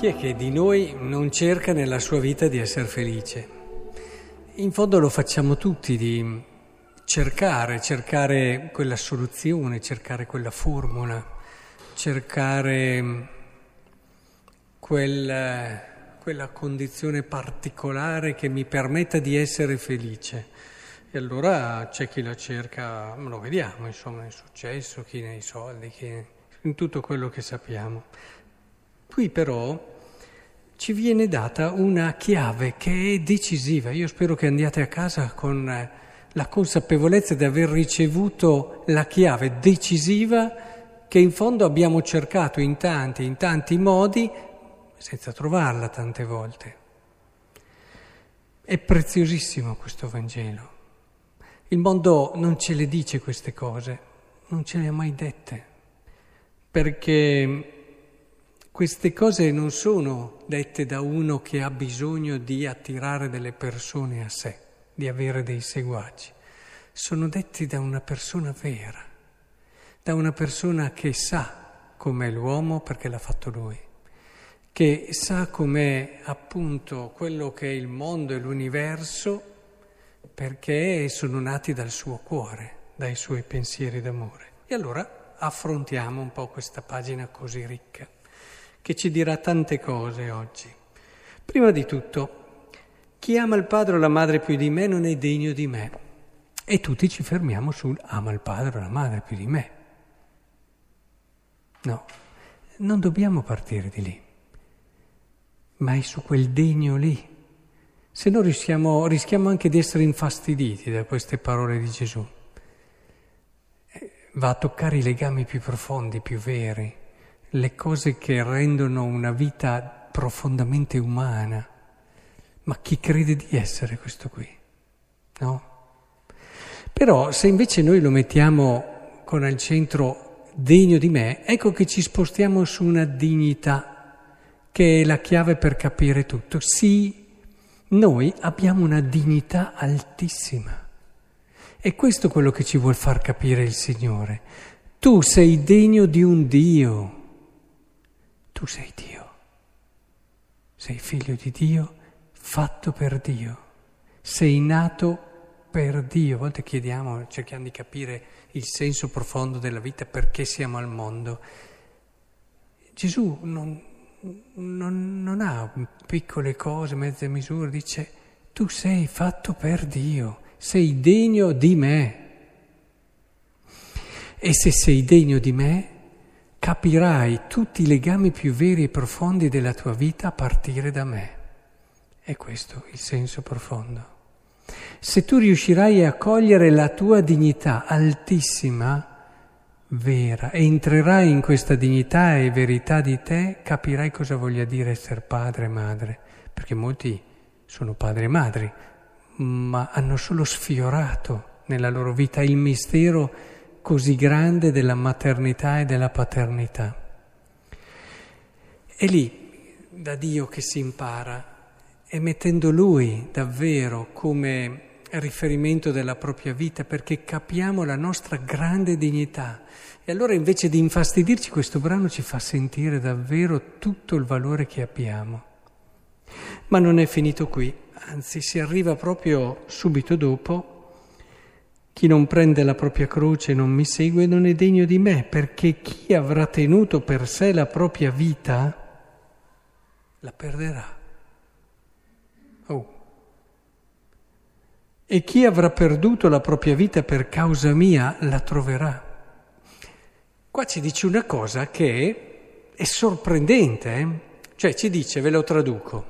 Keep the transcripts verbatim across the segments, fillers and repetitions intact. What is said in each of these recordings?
Chi è che di noi non cerca nella sua vita di essere felice? In fondo lo facciamo tutti, di cercare, cercare quella soluzione, cercare quella formula, cercare quel, quella condizione particolare che mi permetta di essere felice. E allora c'è chi la cerca, lo vediamo, insomma, nel successo, chi nei soldi, chi in tutto quello che sappiamo. Qui però ci viene data una chiave che è decisiva. Io spero che andiate a casa con la consapevolezza di aver ricevuto la chiave decisiva che in fondo abbiamo cercato in tanti, in tanti modi, senza trovarla tante volte. È preziosissimo questo Vangelo. Il mondo non ce le dice queste cose, non ce le ha mai dette, perché queste cose non sono dette da uno che ha bisogno di attirare delle persone a sé, di avere dei seguaci. Sono detti da una persona vera, da una persona che sa com'è l'uomo perché l'ha fatto lui, che sa com'è appunto quello che è il mondo e l'universo perché sono nati dal suo cuore, dai suoi pensieri d'amore. E allora affrontiamo un po' questa pagina così ricca, che ci dirà tante cose oggi. Prima di tutto, chi ama il padre o la madre più di me non è degno di me. E tutti ci fermiamo sul ama il padre o la madre più di me. No, non dobbiamo partire di lì, ma è su quel degno lì. Se no rischiamo, rischiamo anche di essere infastiditi da queste parole di Gesù. Va a toccare i legami più profondi, più veri, le cose che rendono una vita profondamente umana. Ma chi crede di essere questo qui? No? Però se invece noi lo mettiamo con al centro degno di me, ecco che ci spostiamo su una dignità che è la chiave per capire tutto. Sì, noi abbiamo una dignità altissima. E questo è quello che ci vuol far capire il Signore. Tu sei degno di un Dio. Tu sei Dio, sei figlio di Dio, fatto per Dio, sei nato per Dio. A volte chiediamo, cerchiamo di capire il senso profondo della vita, perché siamo al mondo. Gesù non, non, non ha piccole cose, mezze misure, dice tu sei fatto per Dio, sei degno di me. E se sei degno di me, capirai tutti i legami più veri e profondi della tua vita a partire da me. È questo il senso profondo. Se tu riuscirai a cogliere la tua dignità altissima, vera, e entrerai in questa dignità e verità di te, capirai cosa voglia dire essere padre e madre. Perché molti sono padri e madri, ma hanno solo sfiorato nella loro vita il mistero così grande della maternità e della paternità. È lì da Dio che si impara, e mettendo Lui davvero come riferimento della propria vita, perché capiamo la nostra grande dignità. E allora invece di infastidirci, questo brano ci fa sentire davvero tutto il valore che abbiamo. Ma non è finito qui, anzi si arriva proprio subito dopo. Chi non prende la propria croce e non mi segue non è degno di me, perché chi avrà tenuto per sé la propria vita la perderà. Oh. E chi avrà perduto la propria vita per causa mia la troverà. Qua ci dice una cosa che è sorprendente, eh? Cioè ci dice, ve lo traduco,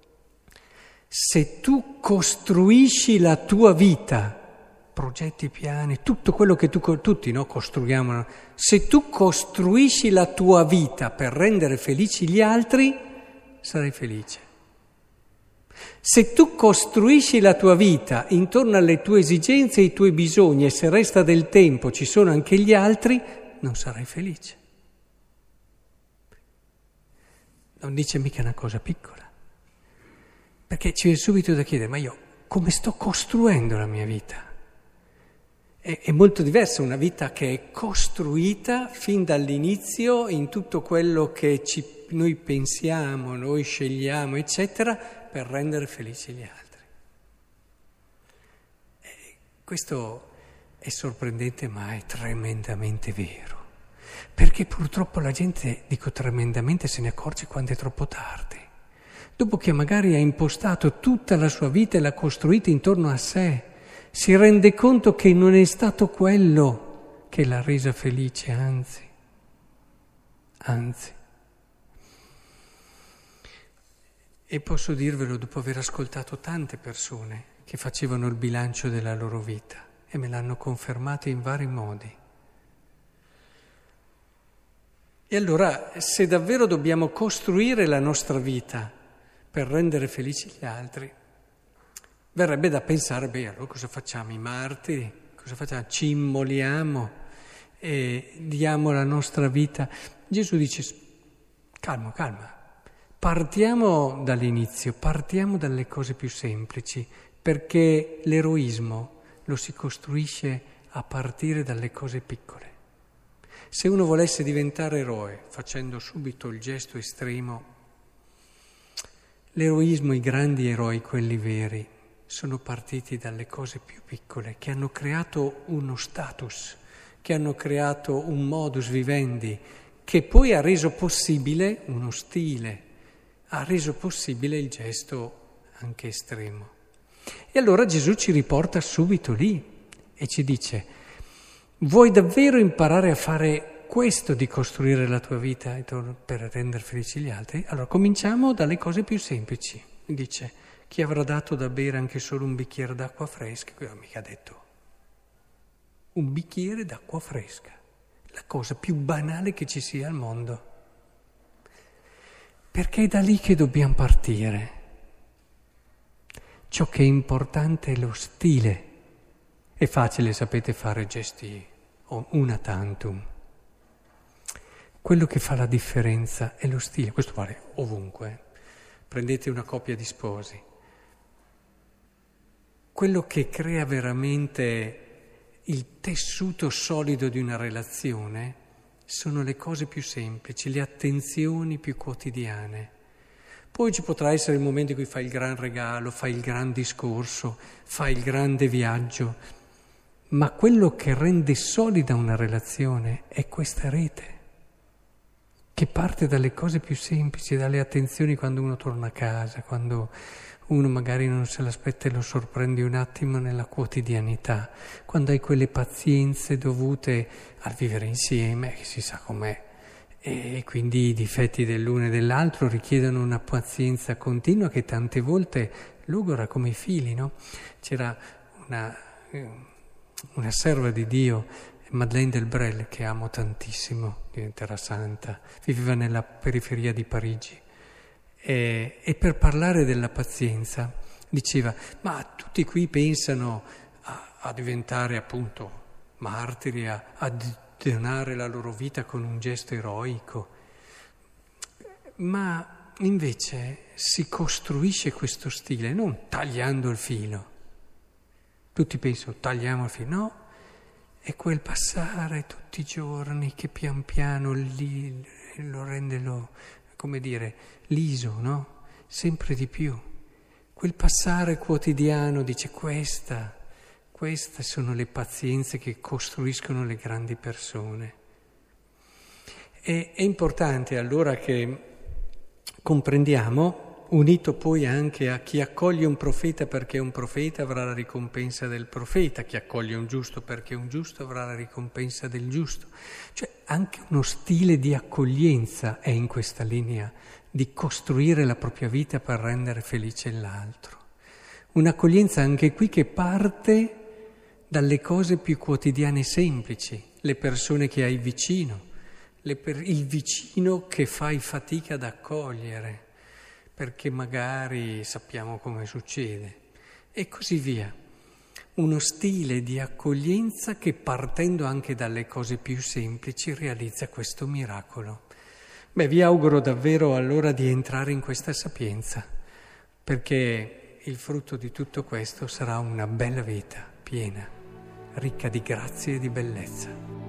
se tu costruisci la tua vita, progetti, piani, tutto quello che tu, tutti no, costruiamo. Se tu costruisci la tua vita per rendere felici gli altri, sarai felice. Se tu costruisci la tua vita intorno alle tue esigenze e ai tuoi bisogni, e se resta del tempo ci sono anche gli altri, non sarai felice. Non dice mica una cosa piccola. Perché ci viene subito da chiedere, ma io come sto costruendo la mia vita? è, è molto diversa una vita che è costruita fin dall'inizio in tutto quello che ci, noi pensiamo, noi scegliamo, eccetera, per rendere felici gli altri. E questo è sorprendente, ma è tremendamente vero. Perché purtroppo la gente, dico tremendamente, se ne accorge quando è troppo tardi. Dopo che magari ha impostato tutta la sua vita e l'ha costruita intorno a sé, si rende conto che non è stato quello che l'ha resa felice, anzi, anzi. E posso dirvelo dopo aver ascoltato tante persone che facevano il bilancio della loro vita e me l'hanno confermato in vari modi. E allora, se davvero dobbiamo costruire la nostra vita per rendere felici gli altri, verrebbe da pensare, beh, allora cosa facciamo? I martiri? Cosa facciamo? Ci immoliamo e diamo la nostra vita. Gesù dice, calma, calma, partiamo dall'inizio, partiamo dalle cose più semplici, perché l'eroismo lo si costruisce a partire dalle cose piccole. Se uno volesse diventare eroe facendo subito il gesto estremo, l'eroismo, i grandi eroi, quelli veri, sono partiti dalle cose più piccole, che hanno creato uno status, che hanno creato un modus vivendi, che poi ha reso possibile uno stile, ha reso possibile il gesto anche estremo. E allora Gesù ci riporta subito lì e ci dice: vuoi davvero imparare a fare questo di costruire la tua vita per rendere felici gli altri? Allora cominciamo dalle cose più semplici. Dice, chi avrà dato da bere anche solo un bicchiere d'acqua fresca? Qui ho mica detto un bicchiere d'acqua fresca, la cosa più banale che ci sia al mondo. Perché è da lì che dobbiamo partire. Ciò che è importante è lo stile. È facile, sapete, fare gesti una tantum. Quello che fa la differenza è lo stile. Questo vale ovunque. Prendete una coppia di sposi. Quello che crea veramente il tessuto solido di una relazione sono le cose più semplici, le attenzioni più quotidiane. Poi ci potrà essere il momento in cui fai il gran regalo, fai il gran discorso, fai il grande viaggio, ma quello che rende solida una relazione è questa rete, che parte dalle cose più semplici, dalle attenzioni quando uno torna a casa, quando uno magari non se l'aspetta e lo sorprendi un attimo nella quotidianità, quando hai quelle pazienze dovute al vivere insieme, che si sa com'è, e quindi i difetti dell'uno e dell'altro richiedono una pazienza continua che tante volte logora come i fili, no? C'era una, una serva di Dio, Madeleine Delbrel, che amo tantissimo, diventerà santa, viveva nella periferia di Parigi e, e per parlare della pazienza diceva, ma tutti qui pensano a, a diventare appunto martiri, a, a donare la loro vita con un gesto eroico, ma invece si costruisce questo stile non tagliando il filo. Tutti pensano tagliamo il filo, no, è quel passare tutti i giorni che pian piano li, lo rende, lo, come dire, liso, no? Sempre di più. Quel passare quotidiano, dice questa, queste sono le pazienze che costruiscono le grandi persone. E, è importante allora che comprendiamo, unito poi anche a chi accoglie un profeta perché è un profeta avrà la ricompensa del profeta, chi accoglie un giusto perché è un giusto avrà la ricompensa del giusto. Cioè anche uno stile di accoglienza è in questa linea, di costruire la propria vita per rendere felice l'altro. Un'accoglienza anche qui che parte dalle cose più quotidiane e semplici, le persone che hai vicino, le per, il vicino che fai fatica ad accogliere, perché magari sappiamo come succede, e così via. Uno stile di accoglienza che partendo anche dalle cose più semplici realizza questo miracolo. Beh, vi auguro davvero allora di entrare in questa sapienza, perché il frutto di tutto questo sarà una bella vita, piena, ricca di grazia e di bellezza.